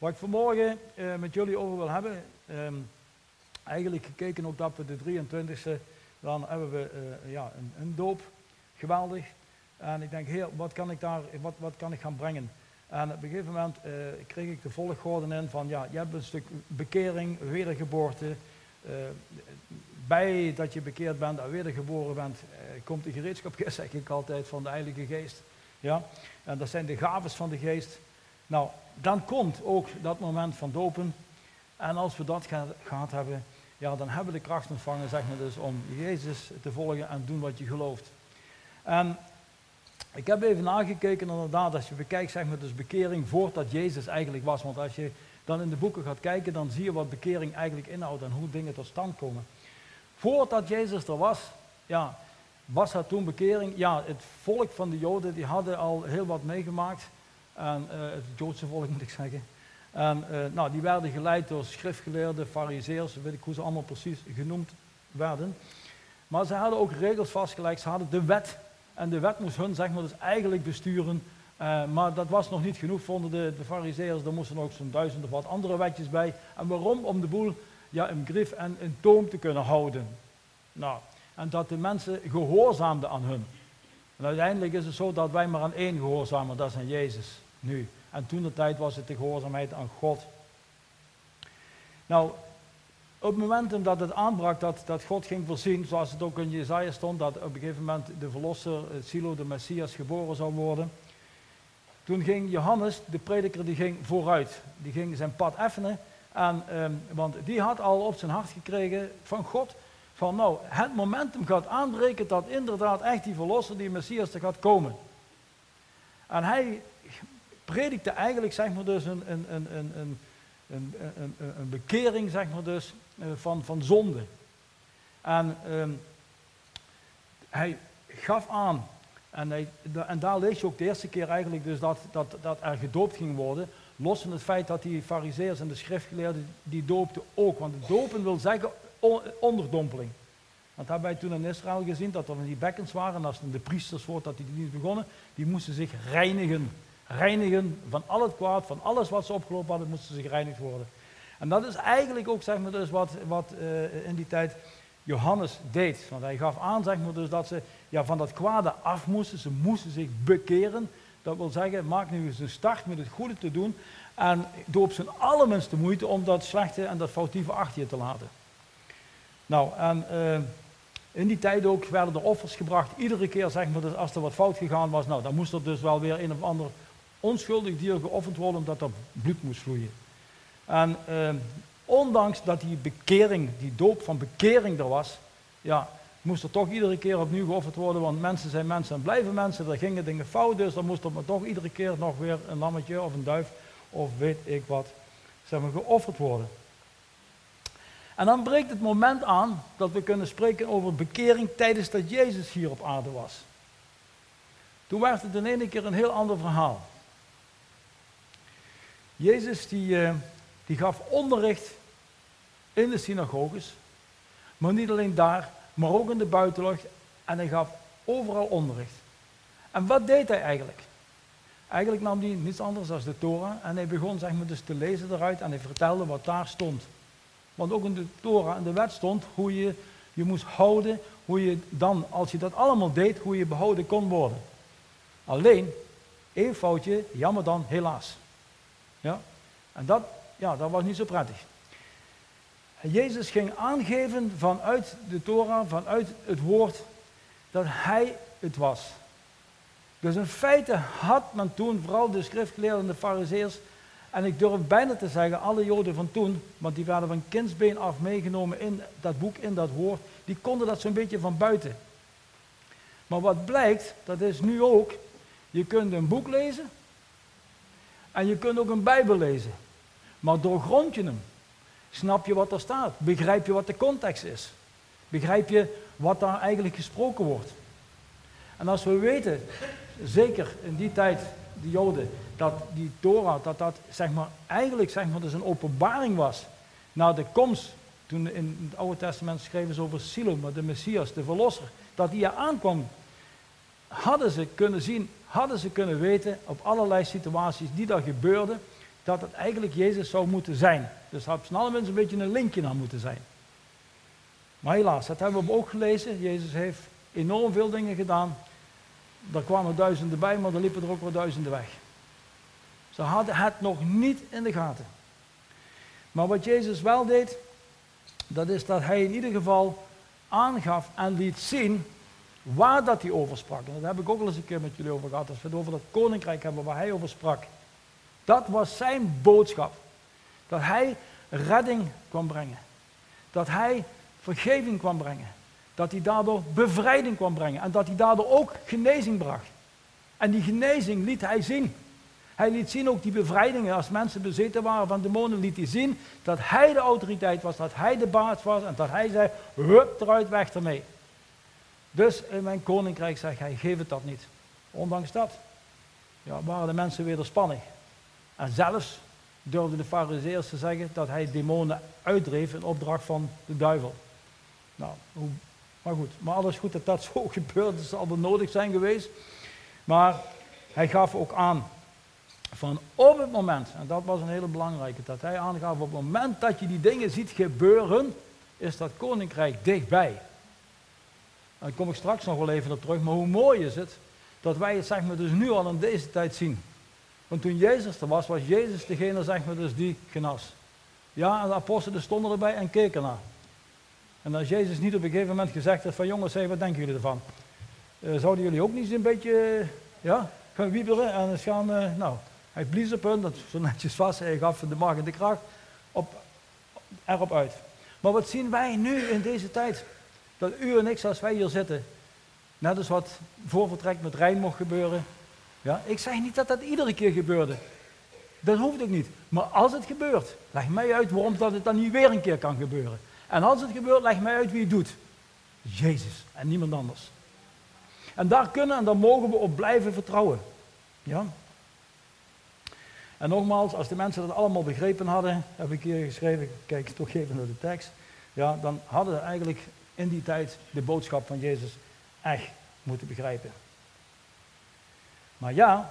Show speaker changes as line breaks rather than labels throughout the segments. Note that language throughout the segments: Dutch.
Wat ik vanmorgen met jullie over wil hebben, eigenlijk gekeken ook dat we de 23e, dan hebben we een doop, geweldig. En ik denk, Heer, wat kan ik gaan brengen? En op een gegeven moment kreeg ik de volgorde in van, je hebt een stuk bekering, wedergeboorte. Bij dat je bekeerd bent en wedergeboren bent, komt de gereedschapkist, zeg ik altijd, van de Heilige Geest. Ja? En dat zijn de gaves van de Geest. Nou, dan komt ook dat moment van dopen. En als we dat gehad hebben, dan hebben we de kracht ontvangen, zeg maar dus, om Jezus te volgen en doen wat je gelooft. En ik heb even nagekeken, inderdaad, als je bekijkt, zeg maar dus bekering voordat Jezus eigenlijk was. Want als je dan in de boeken gaat kijken, dan zie je wat bekering eigenlijk inhoudt en hoe dingen tot stand komen. Voordat Jezus er was, was er toen bekering? Ja, het volk van de Joden, die hadden al heel wat meegemaakt. En, het Joodse volk moet ik zeggen. En die werden geleid door schriftgeleerden, farizeeërs, weet ik hoe ze allemaal precies genoemd werden. Maar ze hadden ook regels vastgelegd, ze hadden de wet. En de wet moest hun, zeg maar, dus eigenlijk besturen. Maar dat was nog niet genoeg, vonden de farizeeërs. Er moesten ook zo'n 1000 of wat andere wetjes bij. En waarom? Om de boel in grief en in toom te kunnen houden. Nou, en dat de mensen gehoorzaamden aan hun. En uiteindelijk is het zo dat wij maar aan één gehoorzamen, dat is aan Jezus, nu. En toen de tijd was het de gehoorzaamheid aan God. Nou, op het moment dat het aanbrak dat God ging voorzien, zoals het ook in Jesaja stond, dat op een gegeven moment de verlosser, Silo, de Messias, geboren zou worden. Toen ging Johannes, de prediker, die ging vooruit. Die ging zijn pad effenen. Want die had al op zijn hart gekregen van God, van het momentum gaat aanbreken dat inderdaad echt die verlosser, die Messias, er gaat komen. En hij predikte eigenlijk, zeg maar dus, een bekering, zeg maar dus, van zonde. En hij gaf aan, en daar lees je ook de eerste keer eigenlijk dus dat er gedoopt ging worden, los van het feit dat die farizeeërs en de schriftgeleerden, die doopten ook. Want het dopen wil zeggen onderdompeling. Dat hebben wij toen in Israël gezien, dat er van die bekkens waren, en als het de priesters wordt dat die niet begonnen, die moesten zich reinigen. Reinigen van al het kwaad, van alles wat ze opgelopen hadden, moesten ze gereinigd worden. En dat is eigenlijk ook, zeg maar dus, wat in die tijd Johannes deed. Want hij gaf aan, zeg maar dus, dat ze van dat kwade af moesten. Ze moesten zich bekeren. Dat wil zeggen, maak nu eens een start met het goede te doen. En doe op zijn allerminste moeite om dat slechte en dat foutieve achter je te laten. Nou, en in die tijd ook werden er offers gebracht. Iedere keer, zeg maar, dus, als er wat fout gegaan was, dan moest er dus wel weer een of ander onschuldig dier geofferd worden, omdat er bloed moest vloeien. En ondanks dat die bekering, die doop van bekering er was, moest er toch iedere keer opnieuw geofferd worden, want mensen zijn mensen en blijven mensen, er gingen dingen fout, dus dan moest er maar toch iedere keer nog weer een lammetje of een duif, of weet ik wat, zeg maar, geofferd worden. En dan breekt het moment aan dat we kunnen spreken over bekering tijdens dat Jezus hier op aarde was. Toen werd het in één keer een heel ander verhaal. Jezus die gaf onderricht in de synagoges, maar niet alleen daar, maar ook in de buitenlucht, en hij gaf overal onderricht. En wat deed hij eigenlijk? Eigenlijk nam hij niets anders dan de Torah en hij begon, zeg maar, dus te lezen eruit en hij vertelde wat daar stond. Want ook in de Torah en de wet stond hoe je moest houden, hoe je dan, als je dat allemaal deed, hoe je behouden kon worden. Alleen, één foutje, jammer dan, helaas. Ja? En dat was niet zo prettig. En Jezus ging aangeven vanuit de Torah, vanuit het woord, dat hij het was. Dus in feite had men toen, vooral de schriftgeleerden en de farizeeërs, en ik durf bijna te zeggen, alle Joden van toen, want die werden van kindsbeen af meegenomen in dat boek, in dat woord, die konden dat zo'n beetje van buiten. Maar wat blijkt, dat is nu ook, je kunt een boek lezen en je kunt ook een Bijbel lezen. Maar doorgrond je hem, snap je wat er staat, begrijp je wat de context is, begrijp je wat daar eigenlijk gesproken wordt. En als we weten, zeker in die tijd, de Joden, dat die Torah, dat zeg maar, eigenlijk zeg maar, dus een openbaring was naar de komst, toen in het Oude Testament schreven ze over Silo, maar de Messias, de Verlosser, dat die er aankwam, hadden ze kunnen zien, hadden ze kunnen weten op allerlei situaties die daar gebeurden, dat het eigenlijk Jezus zou moeten zijn. Dus er had op snelle mensen een beetje een linkje naar moeten zijn. Maar helaas, dat hebben we ook gelezen. Jezus heeft enorm veel dingen gedaan. Er kwamen duizenden bij, maar er liepen er ook wel duizenden weg. Ze hadden het nog niet in de gaten. Maar wat Jezus wel deed, dat is dat hij in ieder geval aangaf en liet zien waar dat hij over sprak. En daar heb ik ook al eens een keer met jullie over gehad, als we het over dat koninkrijk hebben waar hij over sprak. Dat was zijn boodschap. Dat hij redding kwam brengen. Dat hij vergeving kwam brengen. Dat hij daardoor bevrijding kwam brengen. En dat hij daardoor ook genezing bracht. En die genezing liet hij zien. Hij liet zien ook die bevrijdingen. Als mensen bezeten waren van demonen, liet hij zien dat hij de autoriteit was. Dat hij de baas was. En dat hij zei, hup eruit, weg ermee. Dus in mijn koninkrijk zegt hij, geef het dat niet. Ondanks dat waren de mensen wederspannig. En zelfs durfden de Farizeeërs te zeggen dat hij demonen uitdreef in opdracht van de duivel. Nou, maar goed, maar alles goed dat dat zo gebeurt, dat zal wel nodig zijn geweest. Maar hij gaf ook aan van op het moment, en dat was een hele belangrijke, dat hij aangaf op het moment dat je die dingen ziet gebeuren, is dat koninkrijk dichtbij. Daar kom ik straks nog wel even op terug, maar hoe mooi is het dat wij het zeg maar dus nu al in deze tijd zien. Want toen Jezus er was Jezus degene zeg maar dus die genas. Ja, en de apostelen stonden erbij en keken naar. En als Jezus niet op een gegeven moment gezegd heeft van jongens, wat denken jullie ervan? Zouden jullie ook niet eens een beetje gaan wieberen en eens gaan, hij blies op hun, dat zo netjes vast, hij gaf de macht en de kracht erop uit. Maar wat zien wij nu in deze tijd? Dat u en ik, zoals wij hier zitten, net als wat voor vertrek met Rijn mocht gebeuren. Ja, ik zeg niet dat dat iedere keer gebeurde. Dat hoeft ook niet. Maar als het gebeurt, leg mij uit waarom dat het dan niet weer een keer kan gebeuren. En als het gebeurt, leg mij uit wie het doet. Jezus en niemand anders. En daar kunnen en daar mogen we op blijven vertrouwen. Ja? En nogmaals, als de mensen dat allemaal begrepen hadden, heb ik hier geschreven, kijk toch even naar de tekst. Ja, dan hadden ze eigenlijk in die tijd de boodschap van Jezus echt moeten begrijpen. Maar ja,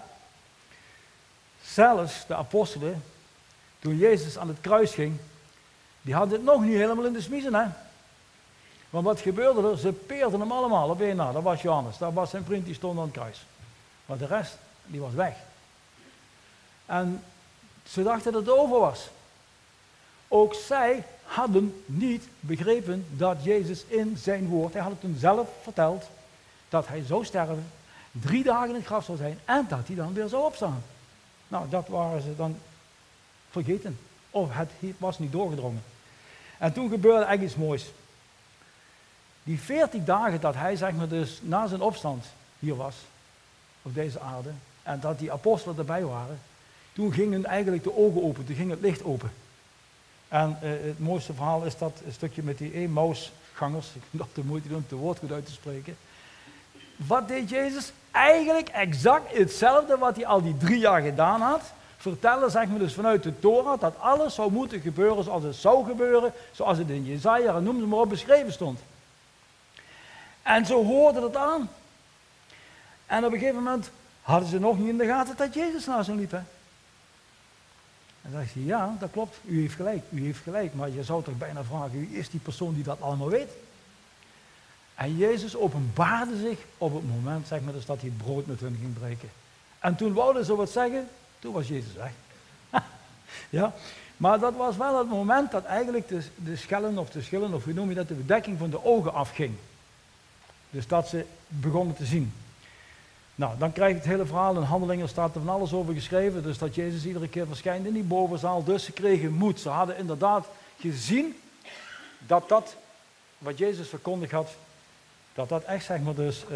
zelfs de apostelen, toen Jezus aan het kruis ging, die hadden het nog niet helemaal in de smiezen, hè. Want wat gebeurde er? Ze peerden hem allemaal op één na. Dat was Johannes, dat was zijn vriend, die stond aan het kruis. Maar de rest, die was weg. En ze dachten dat het over was. Ook zij hadden niet begrepen dat Jezus in zijn woord, hij had het toen zelf verteld, dat hij zou sterven, 3 dagen in het graf zou zijn en dat hij dan weer zou opstaan. Nou, dat waren ze dan vergeten. Of het was niet doorgedrongen. En toen gebeurde echt iets moois. Die 40 dagen dat hij zeg maar dus na zijn opstand hier was, op deze aarde, en dat die apostelen erbij waren, toen gingen eigenlijk de ogen open, toen ging het licht open. En het mooiste verhaal is dat een stukje met die Emmausgangers, ik heb de moeite doen om het woord goed uit te spreken. Wat deed Jezus? Eigenlijk exact hetzelfde wat hij al die 3 jaar gedaan had. Vertellen, zeg maar dus vanuit de Torah, dat alles zou moeten gebeuren zoals het zou gebeuren, zoals het in Jesaja en noem ze maar op beschreven stond. En zo hoorde het aan. En op een gegeven moment hadden ze nog niet in de gaten dat Jezus naast hen liep. Hè? En dan zegt hij, ja, dat klopt, u heeft gelijk, maar je zou toch bijna vragen, wie is die persoon die dat allemaal weet? En Jezus openbaarde zich op het moment, zeg maar, dus dat hij het brood met hun ging breken. En toen wouden ze wat zeggen, toen was Jezus weg. Ja, maar dat was wel het moment dat eigenlijk de schellen, of hoe noem je dat, de bedekking van de ogen afging. Dus dat ze begonnen te zien. Nou, dan krijg je het hele verhaal in Handelingen, staat er van alles over geschreven. Dus dat Jezus iedere keer verschijnt in die bovenzaal. Dus ze kregen moed. Ze hadden inderdaad gezien dat wat Jezus verkondigd had, dat echt zeg maar dus,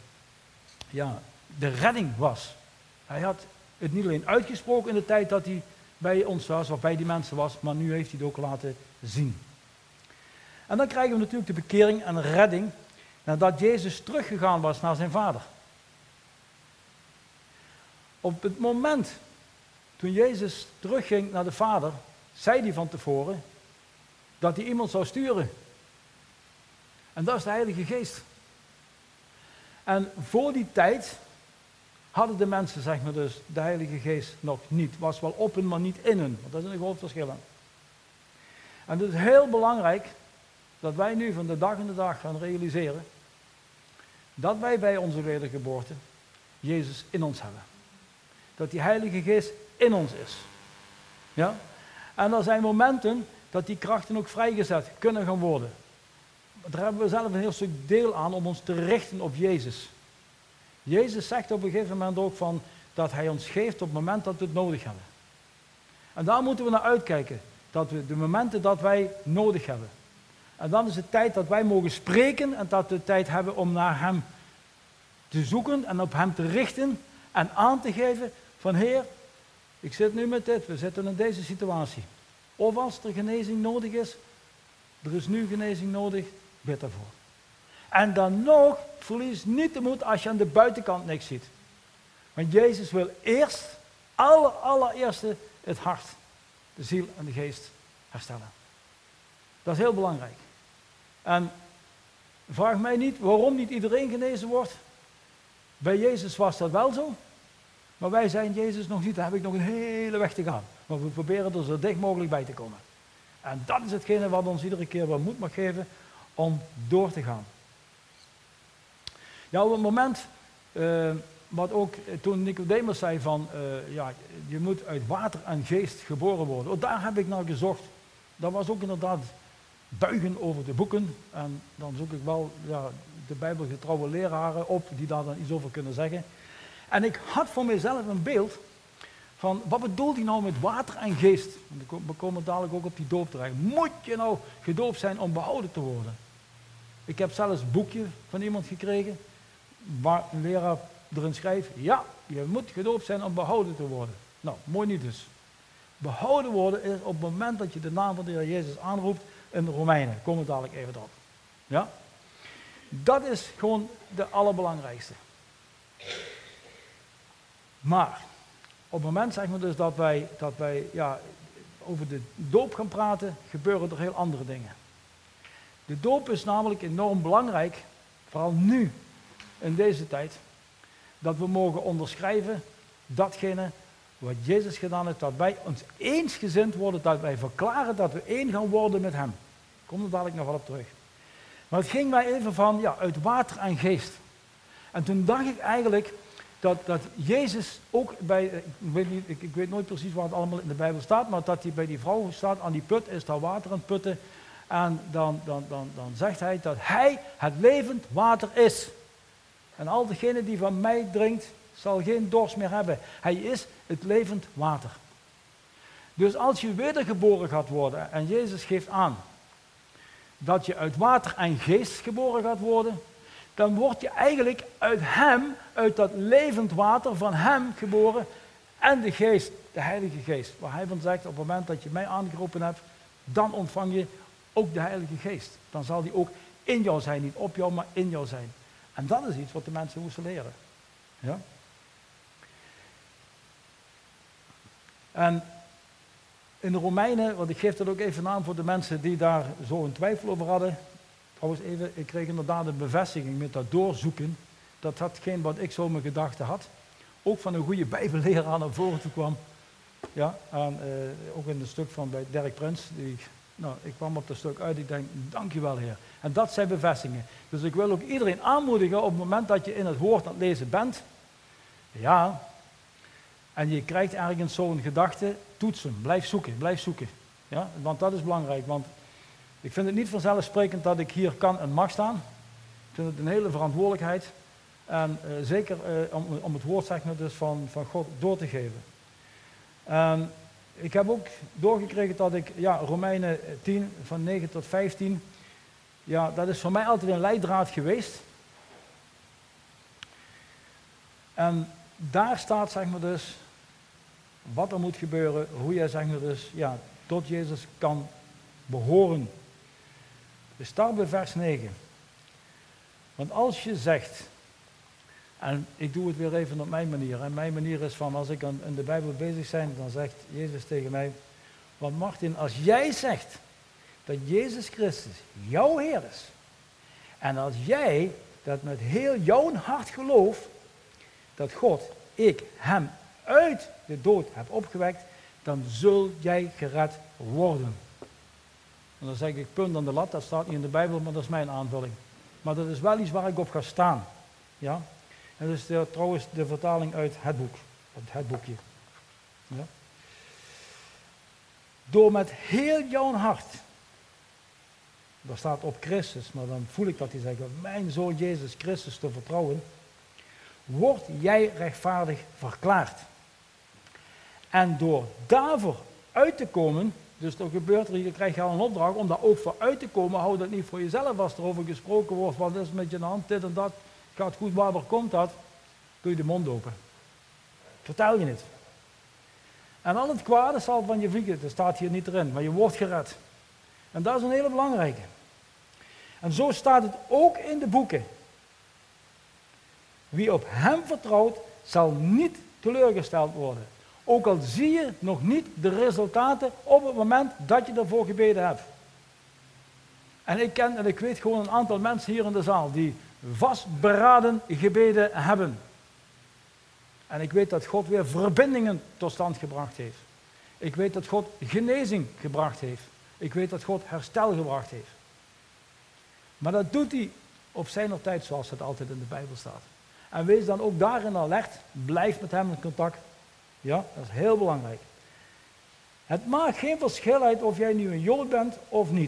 de redding was. Hij had het niet alleen uitgesproken in de tijd dat hij bij ons was, of bij die mensen was, maar nu heeft hij het ook laten zien. En dan krijgen we natuurlijk de bekering en redding, nadat Jezus teruggegaan was naar zijn vader. Op het moment toen Jezus terugging naar de Vader, zei hij van tevoren dat hij iemand zou sturen. En dat is de Heilige Geest. En voor die tijd hadden de mensen, zeg maar dus, de Heilige Geest nog niet. Was wel op hun, maar niet in hun. Want dat is een groot verschil. En het is heel belangrijk dat wij nu van de dag in de dag gaan realiseren dat wij bij onze wedergeboorte Jezus in ons hebben. Dat die Heilige Geest in ons is. Ja? En er zijn momenten dat die krachten ook vrijgezet kunnen gaan worden. Daar hebben we zelf een heel stuk deel aan om ons te richten op Jezus. Jezus zegt op een gegeven moment ook van dat hij ons geeft op het moment dat we het nodig hebben. En daar moeten we naar uitkijken. Dat we de momenten dat wij nodig hebben. En dan is het tijd dat wij mogen spreken en dat we tijd hebben om naar hem te zoeken en op hem te richten en aan te geven van Heer, ik zit nu met dit, we zitten in deze situatie. Of als er genezing nodig is, er is nu genezing nodig, bid daarvoor. En dan nog, verlies niet de moed als je aan de buitenkant niks ziet. Want Jezus wil eerst, allereerste, het hart, de ziel en de geest herstellen. Dat is heel belangrijk. En vraag mij niet waarom niet iedereen genezen wordt. Bij Jezus was dat wel zo. Maar wij zijn Jezus nog niet, daar heb ik nog een hele weg te gaan. Maar we proberen er zo dicht mogelijk bij te komen. En dat is hetgene wat ons iedere keer wel moed mag geven om door te gaan. Ja, op het moment, wat ook toen Nicodemus zei van, je moet uit water en geest geboren worden. Ook daar heb ik naar gezocht. Dat was ook inderdaad buigen over de boeken. En dan zoek ik wel de bijbelgetrouwe leraren op die daar dan iets over kunnen zeggen. En ik had voor mezelf een beeld van, wat bedoelt hij nou met water en geest? We komen dadelijk ook op die doop terecht. Moet je nou gedoopt zijn om behouden te worden? Ik heb zelfs een boekje van iemand gekregen, waar een leraar erin schrijft, ja, je moet gedoopt zijn om behouden te worden. Nou, mooi niet dus. Behouden worden is op het moment dat je de naam van de Heer Jezus aanroept in de Romeinen. Komen we dadelijk even op. Ja? Dat is gewoon de allerbelangrijkste. Maar, op het moment zeg maar dus dat wij over de doop gaan praten, gebeuren er heel andere dingen. De doop is namelijk enorm belangrijk, vooral nu, in deze tijd, dat we mogen onderschrijven datgene wat Jezus gedaan heeft, dat wij ons eensgezind worden, dat wij verklaren dat we één gaan worden met hem. Ik kom er dadelijk nog wel op terug. Maar het ging mij even van, uit water en geest. En toen dacht ik eigenlijk dat Jezus ook bij, ik weet nooit precies waar het allemaal in de Bijbel staat, maar dat hij bij die vrouw staat, aan die put is daar water aan het putten. En dan zegt hij dat hij het levend water is. En al degene die van mij drinkt, zal geen dorst meer hebben. Hij is het levend water. Dus als je wedergeboren gaat worden, en Jezus geeft aan dat je uit water en geest geboren gaat worden, dan word je eigenlijk uit hem, uit dat levend water van hem geboren en de geest, de Heilige Geest. Waar hij van zegt, op het moment dat je mij aangeroepen hebt, dan ontvang je ook de Heilige Geest. Dan zal die ook in jou zijn, niet op jou, maar in jou zijn. En dat is iets wat de mensen moesten leren. Ja? En in de Romeinen, want ik geef dat ook even aan voor de mensen die daar zo een twijfel over hadden. Trouwens even, ik kreeg inderdaad een bevestiging met dat doorzoeken. Dat hetgeen wat ik zo in mijn gedachten had. Ook van een goede bijbelleraar naar voren toe kwam. Ja, en ook in het stuk van bij Dirk Prins. Ik kwam op dat stuk uit, ik denk, dankjewel Heer. En dat zijn bevestigingen. Dus ik wil ook iedereen aanmoedigen op het moment dat je in het woord aan het lezen bent. Ja, en je krijgt ergens zo'n gedachte, toets hem, blijf zoeken. Ja, want dat is belangrijk, want ik vind het niet vanzelfsprekend dat ik hier kan en mag staan. Ik vind het een hele verantwoordelijkheid. En zeker om het woord zeg maar, dus van God door te geven. Ik heb ook doorgekregen dat ik, Romeinen 10, van 9 tot 15, dat is voor mij altijd een leidraad geweest. En daar staat, zeg maar dus, wat er moet gebeuren, hoe jij, zeg maar dus, tot Jezus kan behoren. We starten bij vers 9. Want als je zegt, en ik doe het weer even op mijn manier. En mijn manier is van, als ik in de Bijbel bezig ben, dan zegt Jezus tegen mij, want Martin, als jij zegt dat Jezus Christus jouw Heer is, en als jij dat met heel jouw hart gelooft, dat God ik hem uit de dood heb opgewekt, dan zul jij gered worden. En dan zeg ik punt aan de lat, dat staat niet in de Bijbel, maar dat is mijn aanvulling. Maar dat is wel iets waar ik op ga staan. Ja? En dat is trouwens de vertaling uit het boek, het boekje. Ja? Door met heel jouw hart, daar staat op Christus, maar dan voel ik dat hij zegt, mijn zoon Jezus Christus te vertrouwen, word jij rechtvaardig verklaard. En door daarvoor uit te komen, dus er gebeurt er, je krijgt al een opdracht om daar ook voor uit te komen, hou dat niet voor jezelf als er over gesproken wordt, wat is met je hand, dit en dat, gaat goed, waar komt dat? Doe je de mond open. Vertel je het. En al het kwade zal van je vliegen, dat staat hier niet erin, maar je wordt gered. En dat is een hele belangrijke. En zo staat het ook in de boeken. Wie op hem vertrouwt, zal niet teleurgesteld worden. Ook al zie je nog niet de resultaten op het moment dat je ervoor gebeden hebt. En ik ken en ik weet gewoon een aantal mensen hier in de zaal die vastberaden gebeden hebben. En ik weet dat God weer verbindingen tot stand gebracht heeft. Ik weet dat God genezing gebracht heeft. Ik weet dat God herstel gebracht heeft. Maar dat doet hij op zijn tijd zoals het altijd in de Bijbel staat. En wees dan ook daarin alert. Blijf met hem in contact. Ja, dat is heel belangrijk. Het maakt geen verschil uit of jij nu een Jood bent of niet.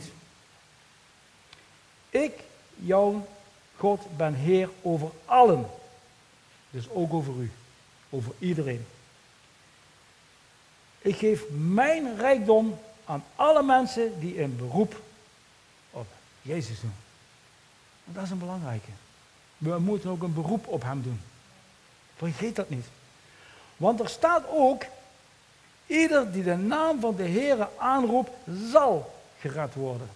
Ik, jouw God, ben Heer over allen. Dus ook over u. Over iedereen. Ik geef mijn rijkdom aan alle mensen die een beroep op Jezus doen. En dat is een belangrijke. We moeten ook een beroep op hem doen. Vergeet dat niet. Want er staat ook, ieder die de naam van de Heere aanroept, zal gered worden.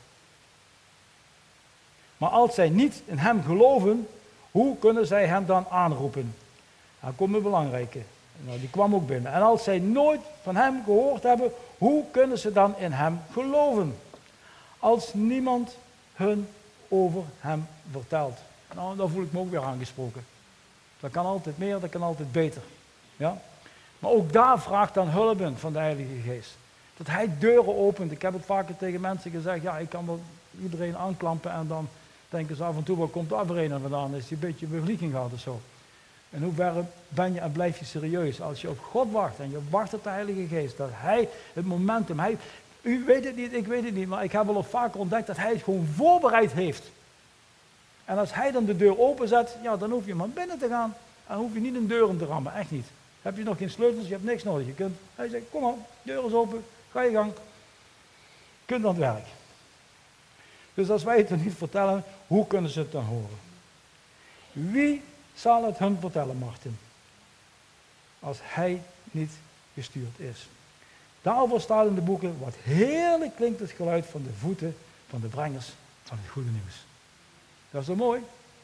Maar als zij niet in hem geloven, hoe kunnen zij hem dan aanroepen? Dan komt een belangrijke. Nou, die kwam ook binnen. En als zij nooit van hem gehoord hebben, hoe kunnen ze dan in hem geloven? Als niemand hun over hem vertelt. Nou, dan voel ik me ook weer aangesproken. Dat kan altijd meer, dat kan altijd beter. Ja? Maar ook daar vraagt dan hulp in van de Heilige Geest. Dat hij deuren opent. Ik heb het vaker tegen mensen gezegd, ja, ik kan wel iedereen aanklampen en dan denken ze af en toe, waar komt daar voor een vandaan? Is die een beetje bevlieging gehad of zo? In hoeverre ben je en blijf je serieus als je op God wacht en je wacht op de Heilige Geest, dat hij het momentum, u weet het niet, ik weet het niet, maar ik heb wel op vaker ontdekt dat hij het gewoon voorbereid heeft. En als hij dan de deur openzet, ja, dan hoef je maar binnen te gaan en hoef je niet een deur om te rammen, echt niet. Heb je nog geen sleutels, je hebt niks nodig. Hij zegt, kom maar, deur is open, ga je gang. Je kunt aan het werk. Dus als wij het dan niet vertellen, hoe kunnen ze het dan horen? Wie zal het hun vertellen, Martin? Als hij niet gestuurd is. Daarover staat in de boeken, wat heerlijk klinkt het geluid van de voeten van de brengers van het goede nieuws. Dat is zo mooi.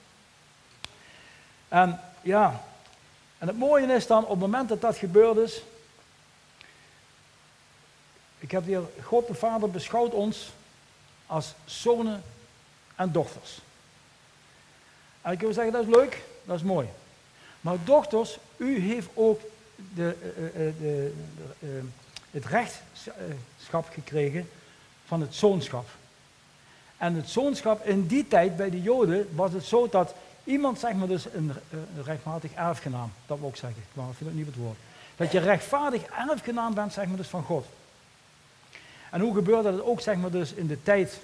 En ja, en het mooie is dan, op het moment dat dat gebeurd is, ik heb hier, God de Vader beschouwt ons als zonen en dochters. En ik wil zeggen, dat is leuk, dat is mooi. Maar dochters, u heeft ook het rechtschap gekregen van het zoonschap. En het zoonschap in die tijd bij de Joden was het zo dat iemand, zeg maar dus een rechtmatig erfgenaam, dat wil ik zeggen, ik vind het niet het woord. Dat je rechtvaardig erfgenaam bent, zeg maar dus van God. En hoe gebeurde dat ook, zeg maar dus in de tijd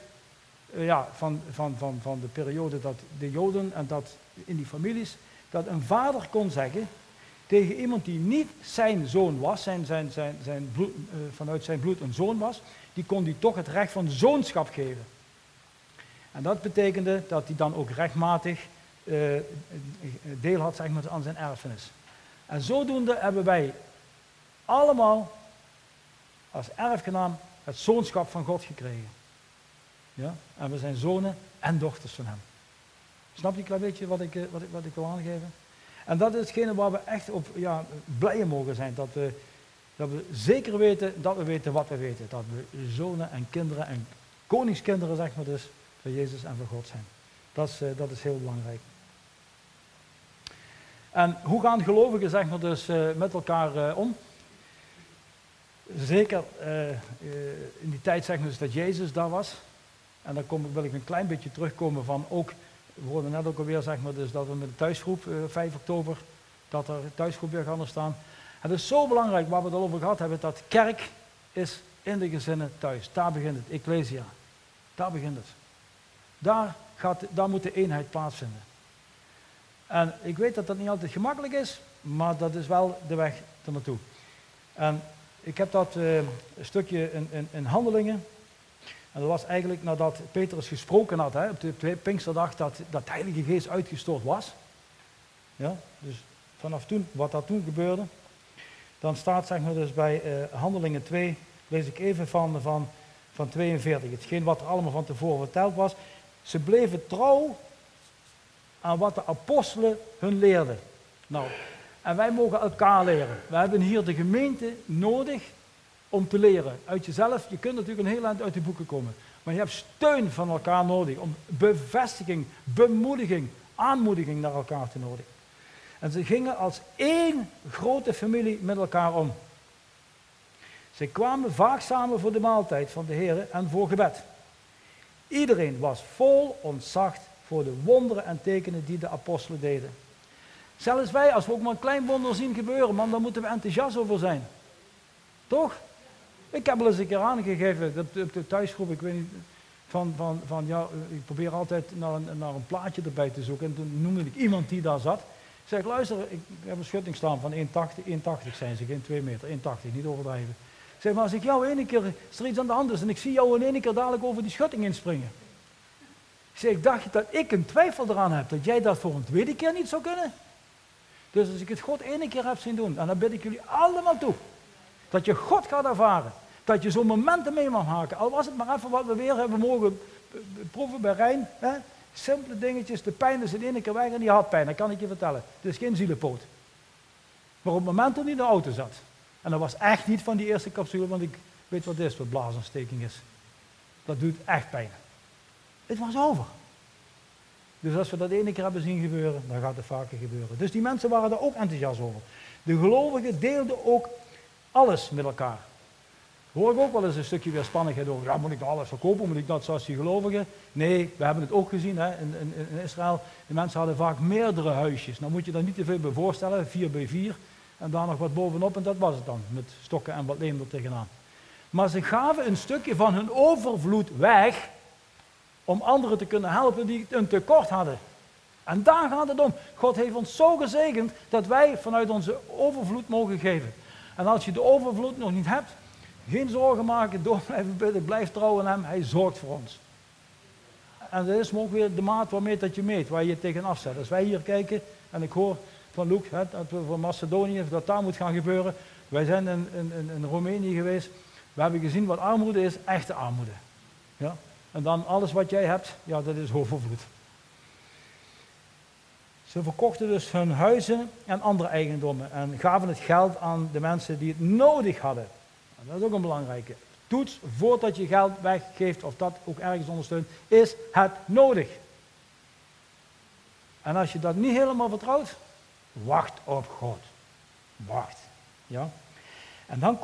van de periode dat de Joden en dat in die families, dat een vader kon zeggen tegen iemand die niet zijn zoon was, vanuit zijn bloed een zoon was, die kon die toch het recht van zoonschap geven. En dat betekende dat hij dan ook rechtmatig deel had, zeg maar, aan zijn erfenis. En zodoende hebben wij allemaal als erfgenaam het zoonschap van God gekregen. Ja? En we zijn zonen en dochters van hem. Snap je een klein beetje wat ik wil aangeven? En dat is hetgene waar we echt op blij in mogen zijn. Dat we zeker weten dat we weten wat we weten. Dat we zonen en kinderen en koningskinderen, zeg maar dus, van Jezus en van God zijn. Dat is heel belangrijk. En hoe gaan gelovigen zeg maar, dus met elkaar om? Zeker in die tijd zeggen we dus dat Jezus daar was. En dan wil ik een klein beetje terugkomen van ook, we hoorden net ook alweer zeg maar, dus dat we met de thuisgroep 5 oktober, dat er thuisgroep weer gaan staan. Het is zo belangrijk, waar we het al over gehad hebben, dat kerk is in de gezinnen thuis. Daar begint het, ecclesia. Daar begint het. Daar moet de eenheid plaatsvinden. En ik weet dat dat niet altijd gemakkelijk is, maar dat is wel de weg ernaartoe. En ik heb dat een stukje in Handelingen. En dat was eigenlijk nadat Petrus gesproken had, op de Pinksterdag, dat de Heilige Geest uitgestort was. Ja, dus vanaf toen, wat dat toen gebeurde. Dan staat zeg maar dus bij Handelingen 2, lees ik even van 42. Hetgeen wat er allemaal van tevoren verteld was. Ze bleven trouw aan wat de apostelen hun leerden. Nou, en wij mogen elkaar leren. We hebben hier de gemeente nodig om te leren. Uit jezelf, je kunt natuurlijk een heel eind uit de boeken komen. Maar je hebt steun van elkaar nodig. Om bevestiging, bemoediging, aanmoediging naar elkaar te nodigen. En ze gingen als één grote familie met elkaar om. Ze kwamen vaak samen voor de maaltijd van de Heer en voor gebed. Iedereen was vol ontzag voor de wonderen en tekenen die de apostelen deden. Zelfs wij, als we ook maar een klein wonder zien gebeuren, man, dan moeten we enthousiast over zijn. Toch? Ik heb wel eens een keer aangegeven, op de thuisgroep, ik weet niet, ja, ik probeer altijd naar een plaatje erbij te zoeken. En toen noemde ik iemand die daar zat. Ik zeg, luister, ik heb een schutting staan van 1,80 zijn ze, geen 2 meter, 1,80, niet overdrijven. Ik zeg, maar als ik jou ene keer, als er iets aan de hand is en ik zie jou in ene keer dadelijk over die schutting inspringen. Ik zeg, dacht je dat ik een twijfel eraan heb, dat jij dat voor een tweede keer niet zou kunnen? Dus als ik het God ene keer heb zien doen, en dan bid ik jullie allemaal toe, dat je God gaat ervaren, dat je zo'n momenten mee mag maken, al was het maar even wat we weer hebben mogen proeven bij Rijn, hè? Simpele dingetjes, de pijn is in ene keer weg en die hartpijn, dat kan ik je vertellen. Het is geen zielenpoot. Maar op het moment toen hij in de auto zat, en dat was echt niet van die eerste capsule, want ik weet wat het is, wat blaasontsteking is. Dat doet echt pijn. Het was over. Dus als we dat ene keer hebben zien gebeuren, dan gaat het vaker gebeuren. Dus die mensen waren daar ook enthousiast over. De gelovigen deelden ook alles met elkaar. Hoor ik ook wel eens een stukje weerspannigheid over. Ja, moet ik nou alles verkopen? Moet ik dat zoals die gelovigen? Nee, we hebben het ook gezien hè, in Israël. De mensen hadden vaak meerdere huisjes. Nou moet je daar niet te veel bij voorstellen, 4 bij 4. En daar nog wat bovenop en dat was het dan. Met stokken en wat leem er tegenaan. Maar ze gaven een stukje van hun overvloed weg om anderen te kunnen helpen die een tekort hadden. En daar gaat het om. God heeft ons zo gezegend dat wij vanuit onze overvloed mogen geven. En als je de overvloed nog niet hebt, geen zorgen maken, door blijven bidden, blijf trouwen aan hem, hij zorgt voor ons. En dat is ook weer de maat waarmee dat je meet, waar je tegen afzet. Als wij hier kijken, en ik hoor van Luc, dat we voor Macedonië, dat daar moet gaan gebeuren. Wij zijn in Roemenië geweest, we hebben gezien wat armoede is, echte armoede. Ja? En dan alles wat jij hebt, ja dat is overvloed. Ze verkochten dus hun huizen en andere eigendommen en gaven het geld aan de mensen die het nodig hadden. En dat is ook een belangrijke. Toets voordat je geld weggeeft of dat ook ergens ondersteunt, is het nodig. En als je dat niet helemaal vertrouwt, wacht op God. Wacht. Ja? En dan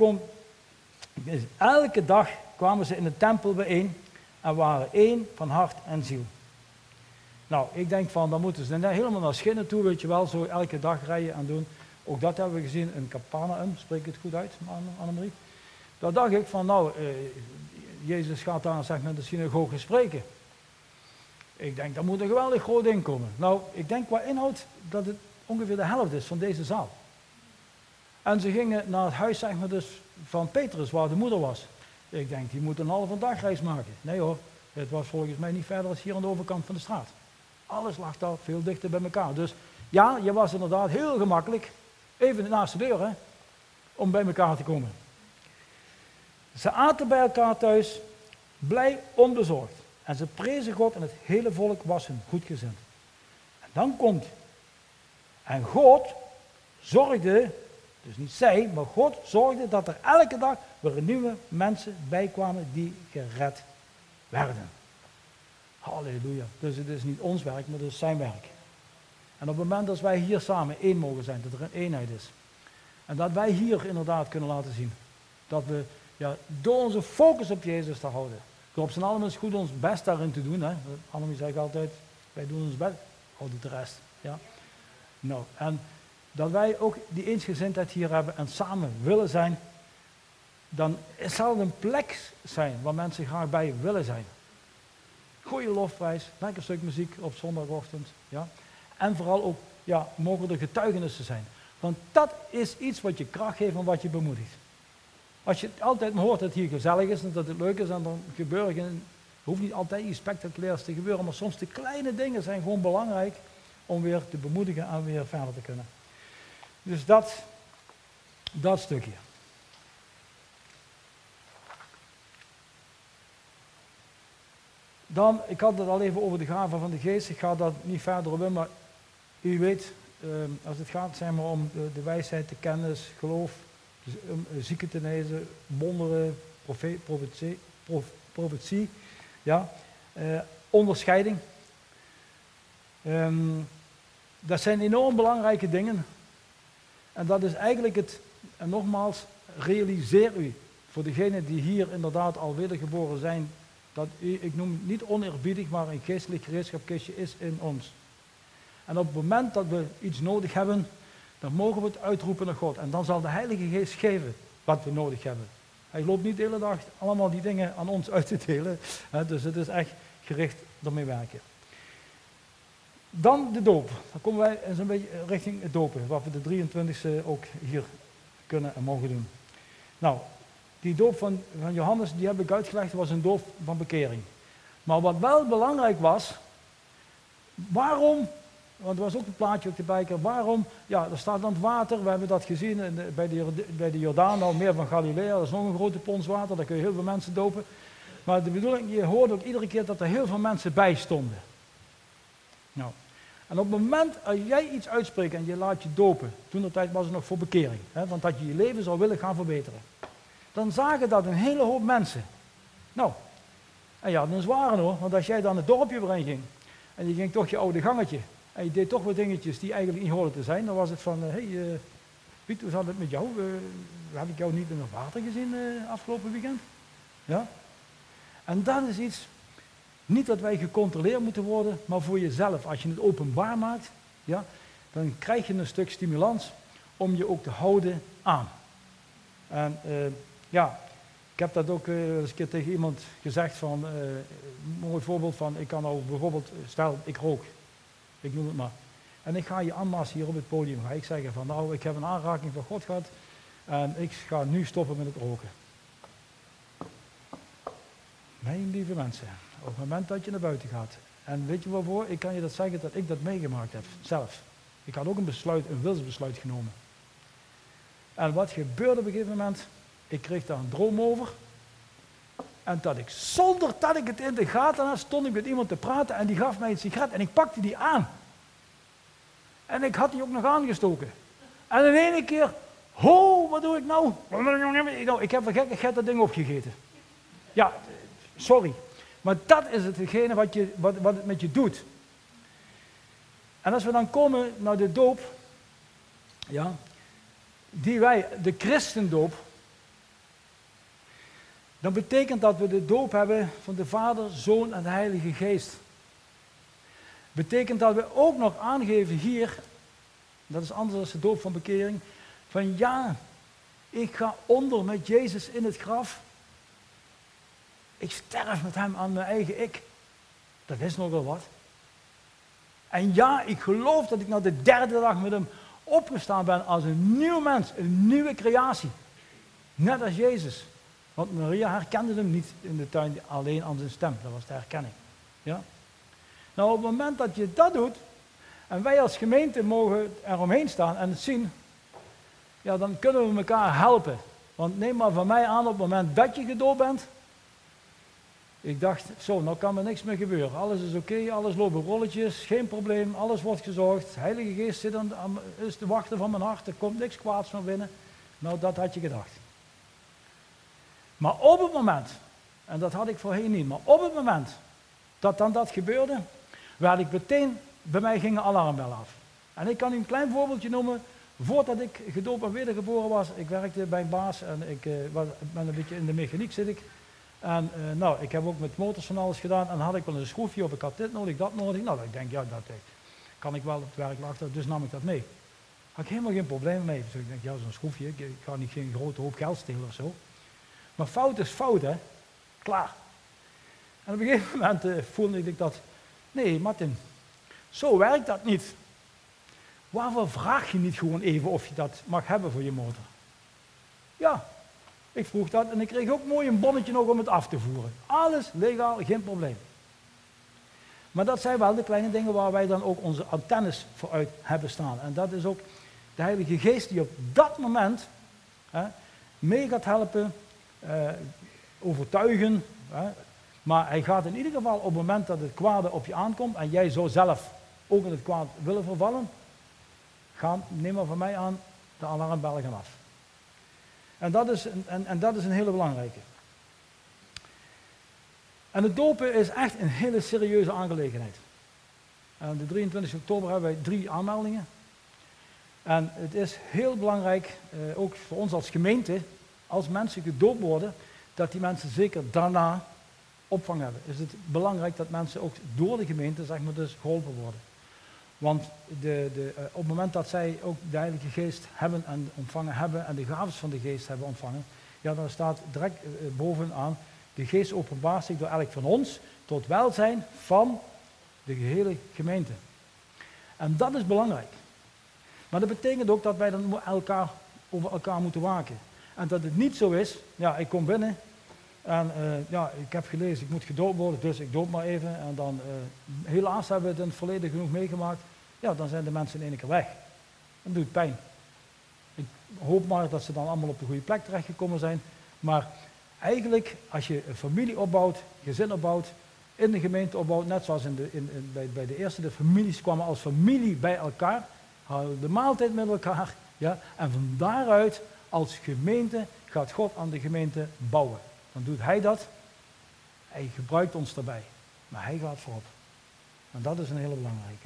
elke dag kwamen ze in de tempel bijeen en waren één van hart en ziel. Nou, ik denk van, dan moeten ze helemaal naar Schinnen toe, weet je wel, zo elke dag rijden en doen. Ook dat hebben we gezien in Capernaum, spreek ik het goed uit, Annemarie? Daar dacht ik van, nou, Jezus gaat daar zeg maar, in de synagoge spreken. Ik denk, dat moet een geweldig groot ding komen. Nou, ik denk qua inhoud dat het ongeveer de helft is van deze zaal. En ze gingen naar het huis zeg maar, dus van Petrus, waar de moeder was. Ik denk, die moet een halve dagreis maken. Nee hoor, het was volgens mij niet verder dan hier aan de overkant van de straat. Alles lag daar veel dichter bij elkaar. Dus ja, je was inderdaad heel gemakkelijk, even naast de deur, hè, om bij elkaar te komen. Ze aten bij elkaar thuis, blij onbezorgd. En ze prezen God en het hele volk was hun goedgezind. En dan komt, en God zorgde, dus niet zij, maar God zorgde dat er elke dag weer nieuwe mensen bijkwamen die gered werden. Halleluja. Dus het is niet ons werk, maar het is zijn werk. En op het moment dat wij hier samen één mogen zijn, dat er een eenheid is. En dat wij hier inderdaad kunnen laten zien. Dat we door onze focus op Jezus te houden. Door op z'n allen eens goed ons best daarin te doen. Hè. Annemie zegt altijd, wij doen ons best, houden de rest. Ja. Nou, en dat wij ook die eensgezindheid hier hebben en samen willen zijn. Dan zal het een plek zijn waar mensen graag bij willen zijn. Goeie lofprijs, lekker stuk muziek op zondagochtend. Ja. En vooral ook, mogen er getuigenissen zijn. Want dat is iets wat je kracht geeft en wat je bemoedigt. Als je altijd maar hoort dat het hier gezellig is en dat het leuk is, en dan gebeuren, hoeft niet altijd iets spectaculairs te gebeuren, maar soms de kleine dingen zijn gewoon belangrijk om weer te bemoedigen en weer verder te kunnen. Dus dat stukje. Dan, ik had het al even over de gaven van de geest, ik ga daar niet verder op in, maar u weet, als het gaat zeg maar, om de wijsheid, de kennis, geloof, zieken te genezen, wonderen, profetie, onderscheiding. Dat zijn enorm belangrijke dingen. En dat is eigenlijk en nogmaals, realiseer u, voor degenen die hier inderdaad al wedergeboren zijn, dat ik noem het niet oneerbiedig, maar een geestelijk gereedschapkistje is in ons. En op het moment dat we iets nodig hebben, dan mogen we het uitroepen naar God. En dan zal de Heilige Geest geven wat we nodig hebben. Hij loopt niet de hele dag allemaal die dingen aan ons uit te delen. Dus het is echt gericht ermee werken. Dan de doop. Dan komen wij eens een beetje richting het dopen. Wat we de 23e ook hier kunnen en mogen doen. Nou, die doop van Johannes, die heb ik uitgelegd, was een doop van bekering. Maar wat wel belangrijk was, waarom... Want er was ook een plaatje op de bijker. Waarom? Ja, er staat aan het water. We hebben dat gezien bij de Jordaan, al meer van Galilea. Dat is nog een grote pons water. Daar kun je heel veel mensen dopen. Maar de bedoeling, je hoorde ook iedere keer dat er heel veel mensen bij stonden. Nou, en op het moment als jij iets uitspreekt en je laat je dopen. Toen de tijd was het nog voor bekering. Want dat je je leven zou willen gaan verbeteren. Dan zagen dat een hele hoop mensen. Nou, en ja, dat is waar hoor. Want als jij dan het dorpje erin ging. En je ging toch je oude gangetje. En je deed toch wat dingetjes die eigenlijk niet hoorden te zijn. Dan was het van, Piet, hoe zat het met jou? Heb ik jou niet in het water gezien afgelopen weekend? Ja? En dat is iets, niet dat wij gecontroleerd moeten worden, maar voor jezelf. Als je het openbaar maakt, ja, dan krijg je een stuk stimulans om je ook te houden aan. En ik heb dat ook eens een keer tegen iemand gezegd van, een mooi voorbeeld van, ik kan nou bijvoorbeeld, stel ik rook. Ik noem het maar. En ik ga je aanmassen hier op het podium. Ga ik zeggen van nou, ik heb een aanraking van God gehad. En ik ga nu stoppen met het roken. Mijn lieve mensen. Op het moment dat je naar buiten gaat. En weet je waarvoor? Ik kan je dat zeggen dat ik dat meegemaakt heb. Zelf. Ik had ook een wilsbesluit genomen. En wat gebeurde op een gegeven moment? Ik kreeg daar een droom over. En dat ik, zonder dat ik het in de gaten had, stond ik met iemand te praten en die gaf mij een sigaret en ik pakte die aan. En ik had die ook nog aangestoken. En in één keer, wat doe ik nou? Nou, ik heb voor gekkigheid dat ding opgegeten. Ja, sorry. Maar dat is hetgene wat het met je doet. En als we dan komen naar de doop, ja, die wij, de christendoop, dan betekent dat we de doop hebben van de Vader, Zoon en de Heilige Geest. Betekent dat we ook nog aangeven hier, dat is anders dan de doop van bekering, van ja, ik ga onder met Jezus in het graf. Ik sterf met hem aan mijn eigen ik. Dat is nogal wat. En ja, ik geloof dat ik na de derde dag met hem opgestaan ben als een nieuw mens, een nieuwe creatie. Net als Jezus. Want Maria herkende hem niet in de tuin alleen aan zijn stem. Dat was de herkenning. Ja? Nou, op het moment dat je dat doet, en wij als gemeente mogen eromheen staan en het zien, ja, dan kunnen we elkaar helpen. Want neem maar van mij aan, op het moment dat je gedoopt bent, ik dacht, zo, nou kan er niks meer gebeuren. Alles is oké, alles loopt op rolletjes, geen probleem, alles wordt gezorgd. De Heilige Geest is te wachten van mijn hart, er komt niks kwaads naar binnen. Nou, dat had je gedacht. Maar op het moment, en dat had ik voorheen niet, maar op het moment dat dan dat gebeurde, werd ik meteen, bij mij gingen alarmbellen af. En ik kan u een klein voorbeeldje noemen. Voordat ik gedoopt en wedergeboren was, ik werkte bij een baas en ik ben een beetje in de mechaniek zit ik. En ik heb ook met motors van alles gedaan en dan had ik wel een schroefje of ik had dit nodig, dat nodig. Nou, ik denk, ja, dat kan ik wel op het werk achter, dus nam ik dat mee. Had ik helemaal geen probleem mee. Dus ik denk, ja, zo'n schroefje, ik ga niet geen grote hoop geld stelen of zo. Maar fout is fout, hè. Klaar. En op een gegeven moment voelde ik dat, nee, Martin, zo werkt dat niet. Waarvoor vraag je niet gewoon even of je dat mag hebben voor je motor? Ja, ik vroeg dat en ik kreeg ook mooi een bonnetje nog om het af te voeren. Alles legaal, geen probleem. Maar dat zijn wel de kleine dingen waar wij dan ook onze antennes vooruit hebben staan. En dat is ook de Heilige Geest die op dat moment mee gaat helpen, overtuigen. Maar hij gaat in ieder geval op het moment dat het kwade op je aankomt en jij zo zelf ook in het kwaad willen vervallen, neem maar van mij aan, de alarmbellen gaan af. En dat is een hele belangrijke. En het dopen is echt een hele serieuze aangelegenheid. En de 23 oktober hebben wij 3 aanmeldingen. En het is heel belangrijk, ook voor ons als gemeente, als mensen gedoopt worden, dat die mensen zeker daarna opvang hebben. Is het belangrijk dat mensen ook door de gemeente, zeg maar, dus geholpen worden. Want op het moment dat zij ook de Heilige Geest hebben en ontvangen hebben en de gaves van de Geest hebben ontvangen, ja, dan staat direct bovenaan, de Geest openbaart zich door elk van ons tot welzijn van de gehele gemeente. En dat is belangrijk. Maar dat betekent ook dat wij dan over elkaar moeten waken. En dat het niet zo is, ja, ik kom binnen en ik heb gelezen, ik moet gedoopt worden, dus ik doop maar even. En dan, helaas hebben we het in het verleden genoeg meegemaakt. Ja, dan zijn de mensen in één keer weg. Dat doet pijn. Ik hoop maar dat ze dan allemaal op de goede plek terechtgekomen zijn. Maar eigenlijk, als je een familie opbouwt, gezin opbouwt, in de gemeente opbouwt, net zoals bij de eerste, de families kwamen als familie bij elkaar, hadden de maaltijd met elkaar. Ja, en van daaruit, als gemeente, gaat God aan de gemeente bouwen. Dan doet hij dat. Hij gebruikt ons daarbij. Maar hij gaat voorop. En dat is een hele belangrijke.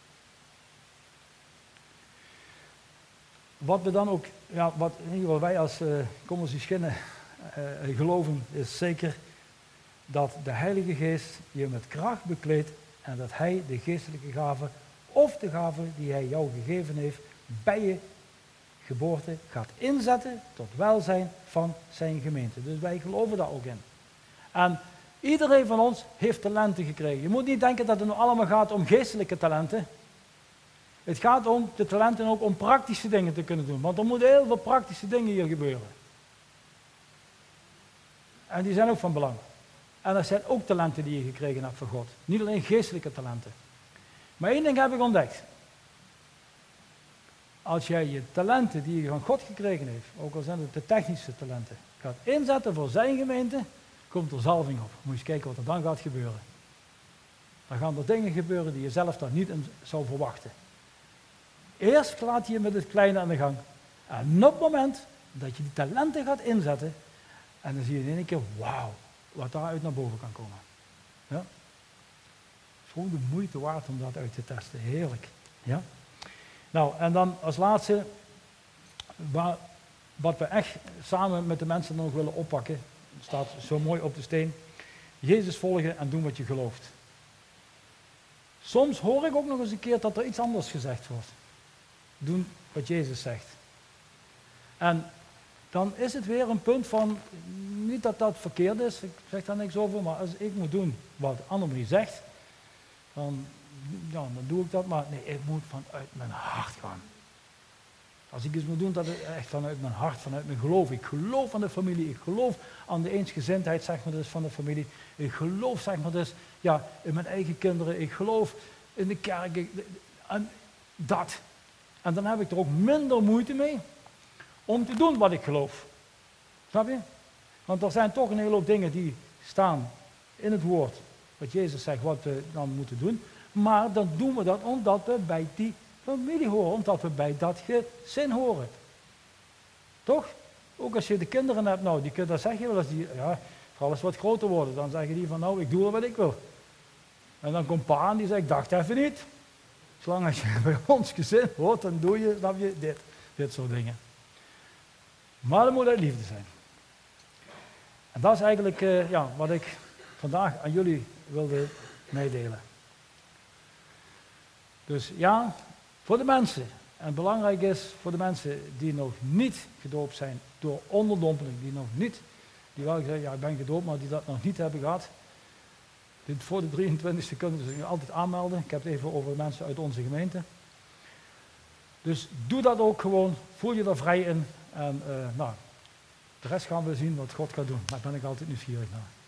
Wat we dan ook, ja, wat in ieder geval wij als Commissie Schinnen geloven, is zeker dat de Heilige Geest je met kracht bekleedt en dat hij de geestelijke gaven of de gaven die hij jou gegeven heeft bij je geboorte gaat inzetten tot welzijn van zijn gemeente. Dus wij geloven daar ook in. En iedereen van ons heeft talenten gekregen. Je moet niet denken dat het nu allemaal gaat om geestelijke talenten. Het gaat om de talenten ook om praktische dingen te kunnen doen. Want er moeten heel veel praktische dingen hier gebeuren. En die zijn ook van belang. En er zijn ook talenten die je gekregen hebt van God. Niet alleen geestelijke talenten. Maar één ding heb ik ontdekt. Als jij je talenten die je van God gekregen heeft, ook al zijn het de technische talenten, gaat inzetten voor zijn gemeente, komt er zalving op. Moet je eens kijken wat er dan gaat gebeuren. Dan gaan er dingen gebeuren die je zelf daar niet in zou verwachten. Eerst laat je je met het kleine aan de gang. En op het moment dat je die talenten gaat inzetten, en dan zie je in één keer, wauw, wat daaruit naar boven kan komen. Ja? Het is gewoon de moeite waard om dat uit te testen. Heerlijk. Ja? Nou, en dan als laatste, wat we echt samen met de mensen nog willen oppakken, staat zo mooi op de steen, Jezus volgen en doen wat je gelooft. Soms hoor ik ook nog eens een keer dat er iets anders gezegd wordt. Doen wat Jezus zegt. En dan is het weer een punt van, niet dat dat verkeerd is, ik zeg daar niks over, maar als ik moet doen wat Annemarie zegt, dan doe ik dat, maar nee, ik moet vanuit mijn hart gaan. Als ik iets moet doen, dat is echt vanuit mijn hart, vanuit mijn geloof. Ik geloof aan de familie, ik geloof aan de eensgezindheid, zeg maar dus, van de familie. Ik geloof, zeg maar dus, ja, in mijn eigen kinderen, ik geloof in de kerk, en dat. En dan heb ik er ook minder moeite mee om te doen wat ik geloof. Snap je? Want er zijn toch een hele hoop dingen die staan in het woord, wat Jezus zegt, wat we dan moeten doen. Maar dan doen we dat omdat we bij die familie horen, omdat we bij dat gezin horen. Toch? Ook als je de kinderen hebt, nou, dat zeg je wel eens, vooral als ze wat groter worden, dan zeggen die van, nou, ik doe wat ik wil. En dan komt pa en die zegt, dacht even niet. Zolang als je bij ons gezin hoort, dan doe je, snap je, dit soort dingen. Maar het moet uit liefde zijn. En dat is eigenlijk wat ik vandaag aan jullie wilde meedelen. Dus ja, voor de mensen, en belangrijk is voor de mensen die nog niet gedoopt zijn door onderdompeling, die wel zeggen, ja ik ben gedoopt, maar die dat nog niet hebben gehad. Voor de 23e kunnen ze zich altijd aanmelden. Ik heb het even over mensen uit onze gemeente. Dus doe dat ook gewoon, voel je er vrij in. En de rest gaan we zien wat God gaat doen. Daar ben ik altijd nieuwsgierig naar.